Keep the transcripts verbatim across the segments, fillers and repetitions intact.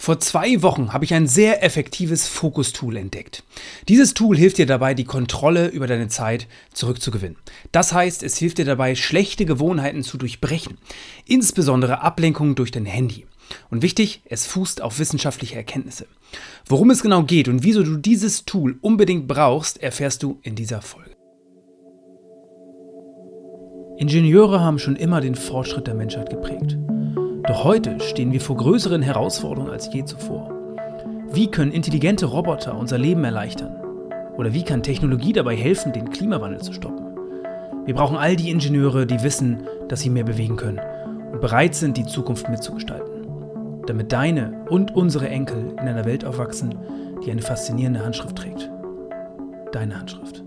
Vor zwei Wochen habe ich ein sehr effektives Fokus-Tool entdeckt. Dieses Tool hilft dir dabei, die Kontrolle über deine Zeit zurückzugewinnen. Das heißt, es hilft dir dabei, schlechte Gewohnheiten zu durchbrechen, insbesondere Ablenkungen durch dein Handy. Und wichtig, es fußt auf wissenschaftliche Erkenntnisse. Worum es genau geht und wieso du dieses Tool unbedingt brauchst, erfährst du in dieser Folge. Ingenieure haben schon immer den Fortschritt der Menschheit geprägt. Doch heute stehen wir vor größeren Herausforderungen als je zuvor. Wie können intelligente Roboter unser Leben erleichtern? Oder wie kann Technologie dabei helfen, den Klimawandel zu stoppen? Wir brauchen all die Ingenieure, die wissen, dass sie mehr bewegen können und bereit sind, die Zukunft mitzugestalten. Damit deine und unsere Enkel in einer Welt aufwachsen, die eine faszinierende Handschrift trägt. Deine Handschrift.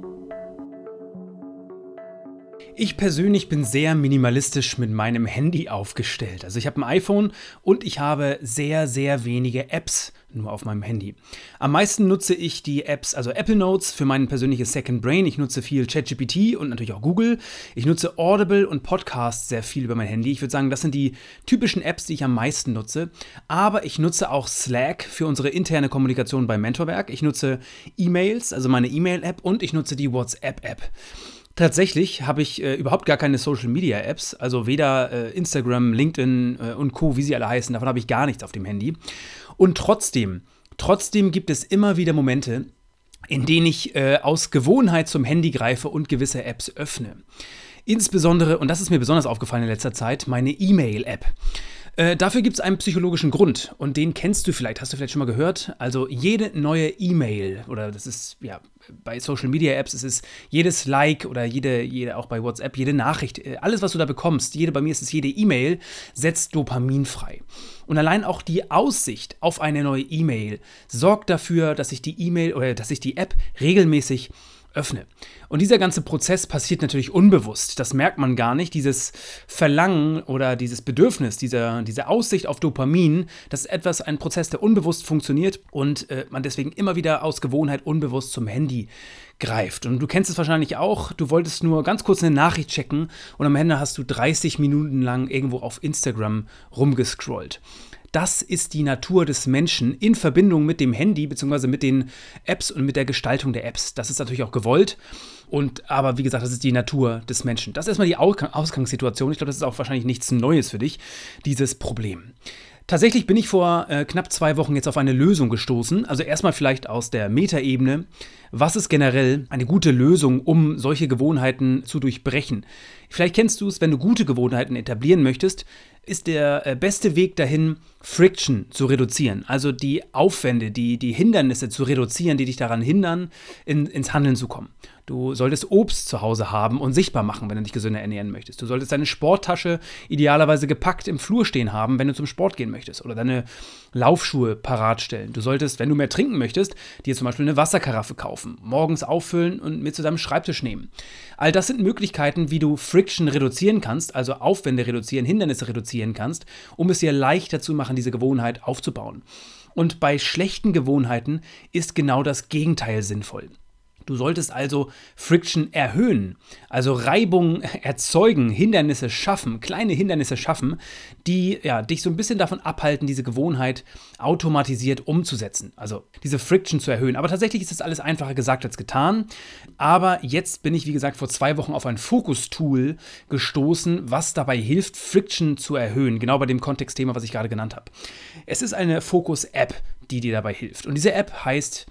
Ich persönlich bin sehr minimalistisch mit meinem Handy aufgestellt. Also ich habe ein iPhone und ich habe sehr, sehr wenige Apps nur auf meinem Handy. Am meisten nutze ich die Apps, also Apple Notes für mein persönliches Second Brain. Ich nutze viel ChatGPT und natürlich auch Google. Ich nutze Audible und Podcasts sehr viel über mein Handy. Ich würde sagen, das sind die typischen Apps, die ich am meisten nutze. Aber ich nutze auch Slack für unsere interne Kommunikation bei Mentorwerk. Ich nutze E-Mails, also meine E-Mail-App, und ich nutze die WhatsApp-App. Tatsächlich habe ich äh, überhaupt gar keine Social-Media-Apps, also weder äh, Instagram, LinkedIn äh, und Co., wie sie alle heißen, davon habe ich gar nichts auf dem Handy. Und trotzdem, trotzdem gibt es immer wieder Momente, in denen ich äh, aus Gewohnheit zum Handy greife und gewisse Apps öffne. Insbesondere, und das ist mir besonders aufgefallen in letzter Zeit, meine E-Mail-App. Äh, dafür gibt es einen psychologischen Grund und den kennst du vielleicht, hast du vielleicht schon mal gehört. Also jede neue E-Mail, oder das ist ja bei Social Media Apps, ist es jedes Like oder jede, jede auch bei WhatsApp, jede Nachricht, alles was du da bekommst, jede, bei mir ist es jede E-Mail, setzt Dopamin frei. Und allein auch die Aussicht auf eine neue E-Mail sorgt dafür, dass ich die E-Mail oder dass ich die App regelmäßig öffne. Und dieser ganze Prozess passiert natürlich unbewusst. Das merkt man gar nicht. Dieses Verlangen oder dieses Bedürfnis, diese, diese Aussicht auf Dopamin, das ist etwas, ein Prozess, der unbewusst funktioniert und äh, man deswegen immer wieder aus Gewohnheit unbewusst zum Handy greift. Und du kennst es wahrscheinlich auch, du wolltest nur ganz kurz eine Nachricht checken und am Ende hast du dreißig Minuten lang irgendwo auf Instagram rumgescrollt. Das ist die Natur des Menschen in Verbindung mit dem Handy bzw. mit den Apps und mit der Gestaltung der Apps. Das ist natürlich auch gewollt. Und, aber wie gesagt, das ist die Natur des Menschen. Das ist erstmal die Ausgangssituation. Ich glaube, das ist auch wahrscheinlich nichts Neues für dich, dieses Problem. Tatsächlich bin ich vor äh, knapp zwei Wochen jetzt auf eine Lösung gestoßen. Also erstmal vielleicht aus der Metaebene. Was ist generell eine gute Lösung, um solche Gewohnheiten zu durchbrechen? Vielleicht kennst du es, wenn du gute Gewohnheiten etablieren möchtest, ist der äh, beste Weg dahin, Friction zu reduzieren. Also die Aufwände, die, die Hindernisse zu reduzieren, die dich daran hindern, in, ins Handeln zu kommen. Du solltest Obst zu Hause haben und sichtbar machen, wenn du dich gesünder ernähren möchtest. Du solltest deine Sporttasche idealerweise gepackt im Flur stehen haben, wenn du zum Sport gehen möchtest. Oder deine Laufschuhe parat stellen. Du solltest, wenn du mehr trinken möchtest, dir zum Beispiel eine Wasserkaraffe kaufen, morgens auffüllen und mit zu deinem Schreibtisch nehmen. All das sind Möglichkeiten, wie du Friction reduzieren kannst, also Aufwände reduzieren, Hindernisse reduzieren kannst, um es dir leichter zu machen, diese Gewohnheit aufzubauen. Und bei schlechten Gewohnheiten ist genau das Gegenteil sinnvoll. Du solltest also Friction erhöhen, also Reibung erzeugen, Hindernisse schaffen, kleine Hindernisse schaffen, die ja, dich so ein bisschen davon abhalten, diese Gewohnheit automatisiert umzusetzen, also diese Friction zu erhöhen. Aber tatsächlich ist das alles einfacher gesagt als getan. Aber jetzt bin ich, wie gesagt, vor zwei Wochen auf ein Fokus-Tool gestoßen, was dabei hilft, Friction zu erhöhen, genau bei dem Kontextthema, was ich gerade genannt habe. Es ist eine Fokus-App, die dir dabei hilft. Und diese App heißt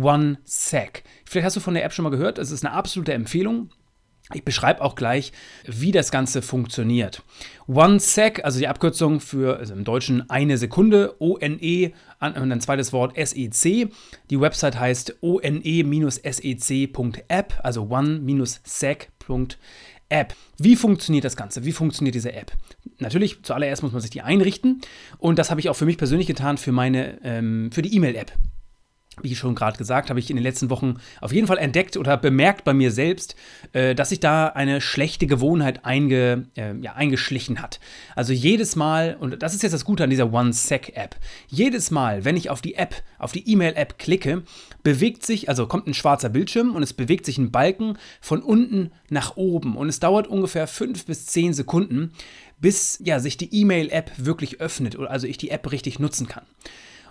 OneSec. Vielleicht hast du von der App schon mal gehört, es ist eine absolute Empfehlung. Ich beschreibe auch gleich, wie das Ganze funktioniert. OneSec, also die Abkürzung für, also im Deutschen eine Sekunde, O N E und ein zweites Wort S E C. Die Website heißt o n e S E C punkt app, also one sec punkt app. Wie funktioniert das Ganze? Wie funktioniert diese App? Natürlich, zuallererst muss man sich die einrichten und das habe ich auch für mich persönlich getan für meine, ähm, für die E-Mail-App. Wie schon gerade gesagt, habe ich in den letzten Wochen auf jeden Fall entdeckt oder bemerkt bei mir selbst, äh, dass sich da eine schlechte Gewohnheit einge, äh, ja, eingeschlichen hat. Also jedes Mal, und das ist jetzt das Gute an dieser OneSec-App, jedes Mal, wenn ich auf die App, auf die E-Mail-App klicke, bewegt sich, also kommt ein schwarzer Bildschirm und es bewegt sich ein Balken von unten nach oben und es dauert ungefähr fünf bis zehn Sekunden, bis ja, sich die E-Mail-App wirklich öffnet, oder also ich die App richtig nutzen kann.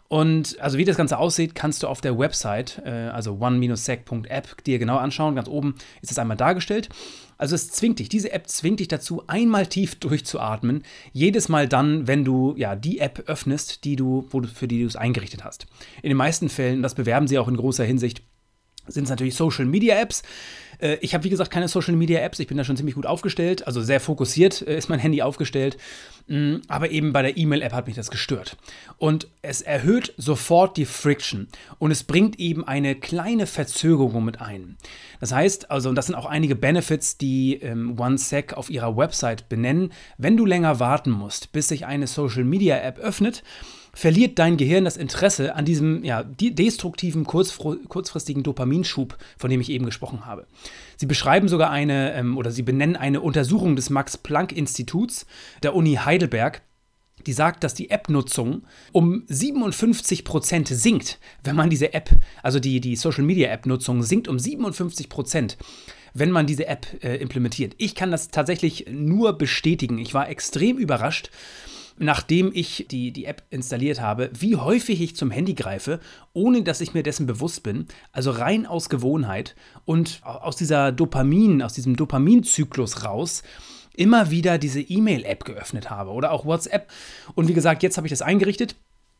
Und also wie das Ganze aussieht, kannst du auf der Website, äh, also one sec punkt app, dir genau anschauen. Ganz oben ist es einmal dargestellt. Also es zwingt dich, diese App zwingt dich dazu, einmal tief durchzuatmen. Jedes Mal dann, wenn du ja die App öffnest, die du, wo du, für die du es eingerichtet hast. In den meisten Fällen, und das bewerben sie auch in großer Hinsicht, sind es natürlich Social-Media-Apps. Äh, ich habe, wie gesagt, keine Social-Media-Apps. Ich bin da schon ziemlich gut aufgestellt. Also sehr fokussiert äh, ist mein Handy aufgestellt. Mm, aber eben bei der E-Mail-App hat mich das gestört. Und es erhöht sofort die Friction. Und es bringt eben eine kleine Verzögerung mit ein. Das heißt, also, und das sind auch einige Benefits, die ähm, OneSec auf ihrer Website benennen. Wenn du länger warten musst, bis sich eine Social-Media-App öffnet, verliert dein Gehirn das Interesse an diesem ja, destruktiven, kurzfristigen Dopaminschub, von dem ich eben gesprochen habe. Sie beschreiben sogar eine, ähm, oder sie benennen eine Untersuchung des Max-Planck-Instituts der Uni Heidelberg, die sagt, dass die App-Nutzung um siebenundfünfzig Prozent sinkt, wenn man diese App, also die, die Social-Media-App-Nutzung sinkt um siebenundfünfzig Prozent, wenn man diese App äh, implementiert. Ich kann das tatsächlich nur bestätigen. Ich war extrem überrascht, nachdem ich die, die App installiert habe, wie häufig ich zum Handy greife, ohne dass ich mir dessen bewusst bin, also rein aus Gewohnheit und aus dieser Dopamin, aus diesem Dopaminzyklus raus, immer wieder diese E-Mail-App geöffnet habe oder auch WhatsApp. Und wie gesagt, jetzt habe ich das eingerichtet.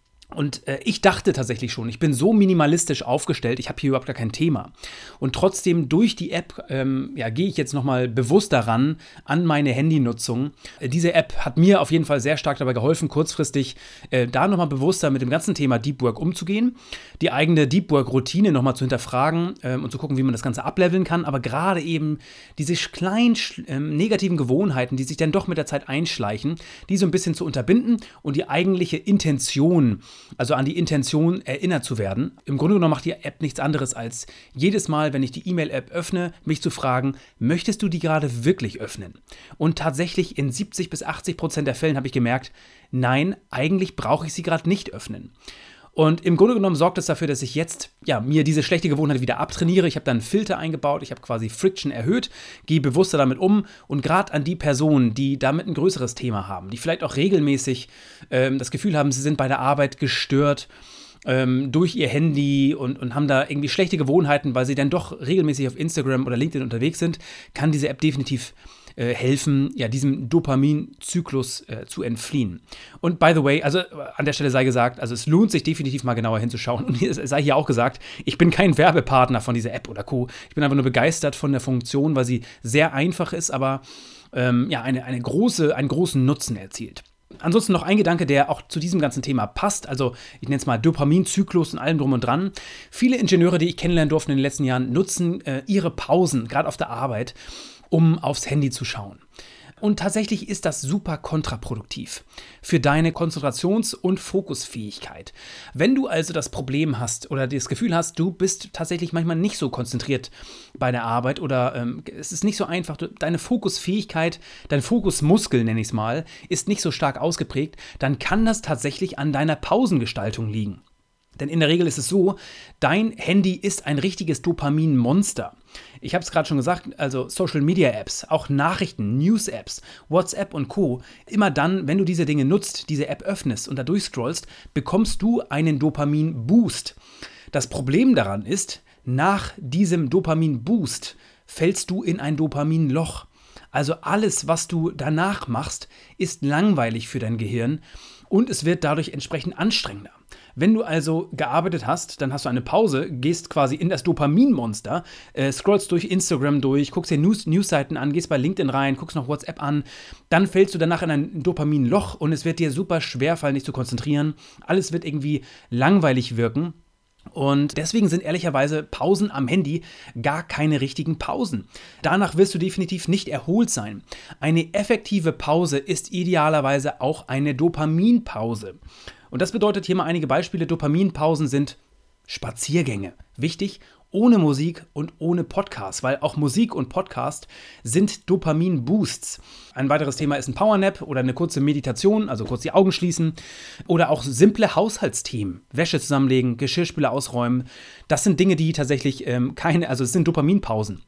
Und äh, ich dachte tatsächlich schon, ich bin so minimalistisch aufgestellt, ich habe hier überhaupt gar kein Thema. Und trotzdem durch die App ähm, ja, gehe ich jetzt nochmal bewusst daran, an meine Handynutzung. Äh, diese App hat mir auf jeden Fall sehr stark dabei geholfen, kurzfristig äh, da nochmal bewusster mit dem ganzen Thema Deep Work umzugehen, die eigene Deep Work-Routine nochmal zu hinterfragen ähm, und zu gucken, wie man das Ganze ableveln kann. Aber gerade eben diese kleinen ähm, negativen Gewohnheiten, die sich dann doch mit der Zeit einschleichen, die so ein bisschen zu unterbinden und die eigentliche Intention, also an die Intention erinnert zu werden. Im Grunde genommen macht die App nichts anderes als jedes Mal, wenn ich die E-Mail-App öffne, mich zu fragen, möchtest du die gerade wirklich öffnen? Und tatsächlich in siebzig bis achtzig Prozent der Fällen habe ich gemerkt, nein, eigentlich brauche ich sie gerade nicht öffnen. Und im Grunde genommen sorgt es dafür, dass ich jetzt ja, mir diese schlechte Gewohnheit wieder abtrainiere. Ich habe da einen Filter eingebaut, ich habe quasi Friction erhöht, gehe bewusster damit um und gerade an die Personen, die damit ein größeres Thema haben, die vielleicht auch regelmäßig ähm, das Gefühl haben, sie sind bei der Arbeit gestört ähm, durch ihr Handy und, und haben da irgendwie schlechte Gewohnheiten, weil sie dann doch regelmäßig auf Instagram oder LinkedIn unterwegs sind, kann diese App definitiv Äh, helfen, ja, diesem Dopaminzyklus äh, zu entfliehen. Und by the way, also an der Stelle sei gesagt, also es lohnt sich definitiv mal genauer hinzuschauen. Und es sei hier auch gesagt, ich bin kein Werbepartner von dieser App oder Co. Ich bin einfach nur begeistert von der Funktion, weil sie sehr einfach ist, aber ähm, ja, eine, eine große, einen großen Nutzen erzielt. Ansonsten noch ein Gedanke, der auch zu diesem ganzen Thema passt, also ich nenne es mal Dopaminzyklus und allem drum und dran. Viele Ingenieure, die ich kennenlernen durfte in den letzten Jahren, nutzen äh, ihre Pausen, gerade auf der Arbeit, um aufs Handy zu schauen. Und tatsächlich ist das super kontraproduktiv für deine Konzentrations- und Fokusfähigkeit. Wenn du also das Problem hast oder das Gefühl hast, du bist tatsächlich manchmal nicht so konzentriert bei der Arbeit oder ähm, es ist nicht so einfach, du, deine Fokusfähigkeit, dein Fokusmuskel, nenne ich es mal, ist nicht so stark ausgeprägt, dann kann das tatsächlich an deiner Pausengestaltung liegen. Denn in der Regel ist es so, dein Handy ist ein richtiges Dopaminmonster. Ich habe es gerade schon gesagt, also Social-Media-Apps, auch Nachrichten, News-Apps, WhatsApp und Co. Immer dann, wenn du diese Dinge nutzt, diese App öffnest und da durchscrollst, bekommst du einen Dopamin-Boost. Das Problem daran ist, nach diesem Dopamin-Boost fällst du in ein Dopaminloch. Also alles, was du danach machst, ist langweilig für dein Gehirn und es wird dadurch entsprechend anstrengender. Wenn du also gearbeitet hast, dann hast du eine Pause, gehst quasi in das Dopaminmonster, äh, scrollst durch Instagram durch, guckst dir News- Newsseiten an, gehst bei LinkedIn rein, guckst noch WhatsApp an, dann fällst du danach in ein Dopaminloch und es wird dir super schwer fallen, dich zu konzentrieren. Alles wird irgendwie langweilig wirken. Und deswegen sind ehrlicherweise Pausen am Handy gar keine richtigen Pausen. Danach wirst du definitiv nicht erholt sein. Eine effektive Pause ist idealerweise auch eine Dopaminpause. Und das bedeutet hier mal einige Beispiele. Dopaminpausen sind Spaziergänge. Wichtig, ohne Musik und ohne Podcast, weil auch Musik und Podcast sind Dopamin-Boosts. Ein weiteres Thema ist ein Powernap oder eine kurze Meditation, also kurz die Augen schließen oder auch simple Haushaltsthemen, Wäsche zusammenlegen, Geschirrspüler ausräumen. Das sind Dinge, die tatsächlich ähm, keine, also es sind Dopaminpausen.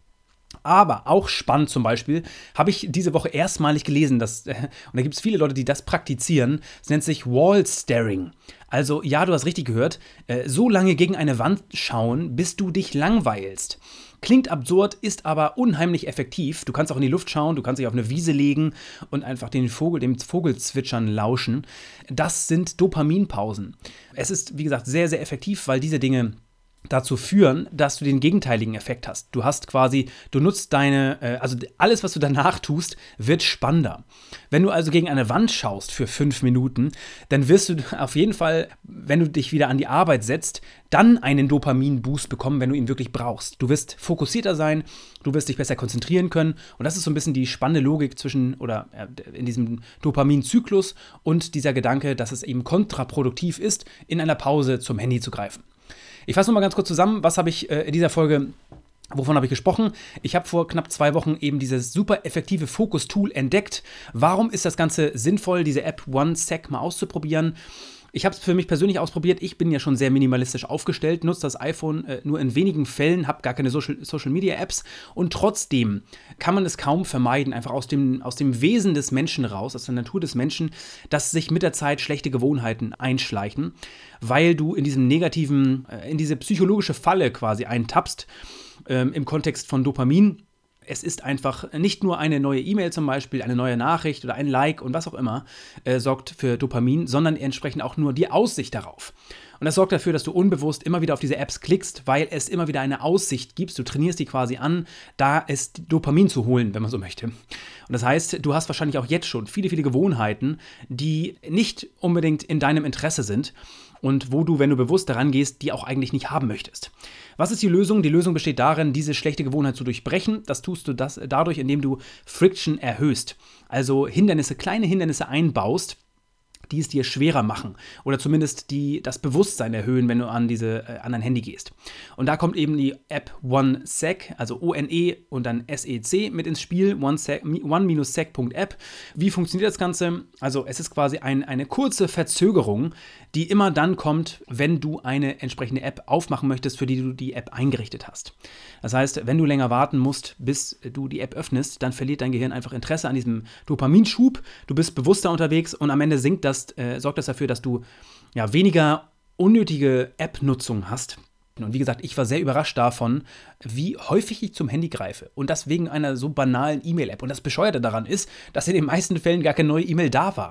Aber auch spannend zum Beispiel, habe ich diese Woche erstmalig gelesen, dass, äh, und da gibt es viele Leute, die das praktizieren, es nennt sich Wall Staring. Also ja, du hast richtig gehört, äh, so lange gegen eine Wand schauen, bis du dich langweilst. Klingt absurd, ist aber unheimlich effektiv. Du kannst auch in die Luft schauen, du kannst dich auf eine Wiese legen und einfach den Vogel, dem Vogelzwitschern lauschen. Das sind Dopaminpausen. Es ist, wie gesagt, sehr, sehr effektiv, weil diese Dinge dazu führen, dass du den gegenteiligen Effekt hast. Du hast quasi, du nutzt deine, äh, also alles, was du danach tust, wird spannender. Wenn du also gegen eine Wand schaust für fünf Minuten, dann wirst du auf jeden Fall, wenn du dich wieder an die Arbeit setzt, dann einen Dopamin-Boost bekommen, wenn du ihn wirklich brauchst. Du wirst fokussierter sein, du wirst dich besser konzentrieren können und das ist so ein bisschen die spannende Logik zwischen, oder äh, in diesem Dopamin-Zyklus und dieser Gedanke, dass es eben kontraproduktiv ist, in einer Pause zum Handy zu greifen. Ich fasse nochmal ganz kurz zusammen, was habe ich äh, in dieser Folge, wovon habe ich gesprochen? Ich habe vor knapp zwei Wochen eben dieses super effektive Fokus-Tool entdeckt. Warum ist das Ganze sinnvoll, diese App OneSec mal auszuprobieren? Ich habe es für mich persönlich ausprobiert. Ich bin ja schon sehr minimalistisch aufgestellt, nutze das iPhone äh, nur in wenigen Fällen, habe gar keine Social, Social Media Apps und trotzdem kann man es kaum vermeiden, einfach aus dem, aus dem Wesen des Menschen raus, aus der Natur des Menschen, dass sich mit der Zeit schlechte Gewohnheiten einschleichen, weil du in diesem negativen, äh, in diese psychologische Falle quasi eintappst, ähm, im Kontext von Dopamin. Es ist einfach nicht nur eine neue E-Mail zum Beispiel, eine neue Nachricht oder ein Like und was auch immer äh, sorgt für Dopamin, sondern entsprechend auch nur die Aussicht darauf. Und das sorgt dafür, dass du unbewusst immer wieder auf diese Apps klickst, weil es immer wieder eine Aussicht gibt. Du trainierst die quasi an, da es Dopamin zu holen, wenn man so möchte. Und das heißt, du hast wahrscheinlich auch jetzt schon viele, viele Gewohnheiten, die nicht unbedingt in deinem Interesse sind und wo du, wenn du bewusst daran gehst, die auch eigentlich nicht haben möchtest. Was ist die Lösung? Die Lösung besteht darin, diese schlechte Gewohnheit zu durchbrechen. Das tust du das dadurch, indem du Friction erhöhst. Also Hindernisse, kleine Hindernisse einbaust, die es dir schwerer machen oder zumindest die das Bewusstsein erhöhen, wenn du an, diese, äh, an dein Handy gehst. Und da kommt eben die App OneSec, also O N E und dann S E C mit ins Spiel, one-sec punkt app. Wie funktioniert das Ganze? Also es ist quasi ein, eine kurze Verzögerung, die immer dann kommt, wenn du eine entsprechende App aufmachen möchtest, für die du die App eingerichtet hast. Das heißt, wenn du länger warten musst, bis du die App öffnest, dann verliert dein Gehirn einfach Interesse an diesem Dopaminschub. Du bist bewusster unterwegs und am Ende sinkt das Äh, sorgt das dafür, dass du ja, weniger unnötige App-Nutzung hast. Und wie gesagt, ich war sehr überrascht davon, wie häufig ich zum Handy greife. Und das wegen einer so banalen E-Mail-App. Und das Bescheuerte daran ist, dass in den meisten Fällen gar keine neue E-Mail da war.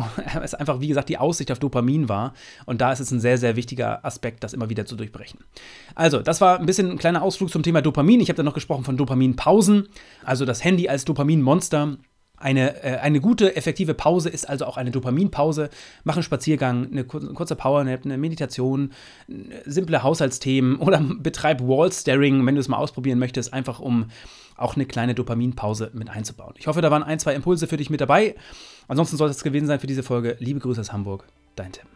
Es einfach, wie gesagt, die Aussicht auf Dopamin war. Und da ist es ein sehr, sehr wichtiger Aspekt, das immer wieder zu durchbrechen. Also, das war ein bisschen ein kleiner Ausflug zum Thema Dopamin. Ich habe dann noch gesprochen von Dopaminpausen. Also das Handy als Dopaminmonster. Eine, äh, eine gute, effektive Pause ist also auch eine Dopaminpause. Mach einen Spaziergang, eine kurze Powernap, eine Meditation, simple Haushaltsthemen oder betreib Wall-Staring, wenn du es mal ausprobieren möchtest, einfach um auch eine kleine Dopaminpause mit einzubauen. Ich hoffe, da waren ein, zwei Impulse für dich mit dabei. Ansonsten soll es gewesen sein für diese Folge. Liebe Grüße aus Hamburg, dein Tim.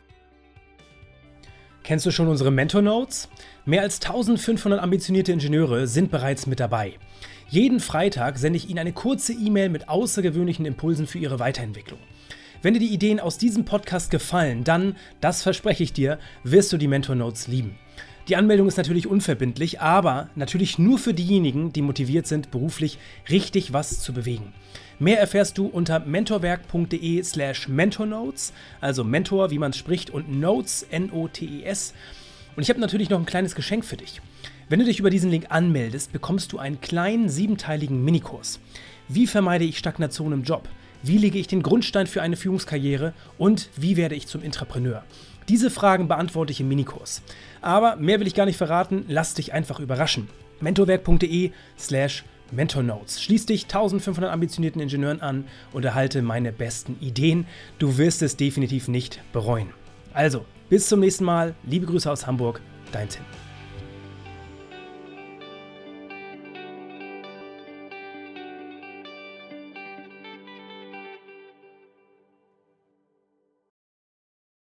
Kennst du schon unsere Mentor Notes? Mehr als eintausendfünfhundert ambitionierte Ingenieure sind bereits mit dabei. Jeden Freitag sende ich Ihnen eine kurze E-Mail mit außergewöhnlichen Impulsen für Ihre Weiterentwicklung. Wenn dir die Ideen aus diesem Podcast gefallen, dann, das verspreche ich dir, wirst du die Mentor Notes lieben. Die Anmeldung ist natürlich unverbindlich, aber natürlich nur für diejenigen, die motiviert sind, beruflich richtig was zu bewegen. Mehr erfährst du unter mentorwerk.de slash mentornotes, also Mentor, wie man es spricht, und Notes, N O T E S. Und ich habe natürlich noch ein kleines Geschenk für dich. Wenn du dich über diesen Link anmeldest, bekommst du einen kleinen siebenteiligen Minikurs. Wie vermeide ich Stagnation im Job? Wie lege ich den Grundstein für eine Führungskarriere? Und wie werde ich zum Intrapreneur? Diese Fragen beantworte ich im Minikurs. Aber mehr will ich gar nicht verraten, lass dich einfach überraschen. mentorwerk.de slash mentornotes. Schließ dich eintausendfünfhundert ambitionierten Ingenieuren an und erhalte meine besten Ideen. Du wirst es definitiv nicht bereuen. Also, bis zum nächsten Mal. Liebe Grüße aus Hamburg, dein Tim.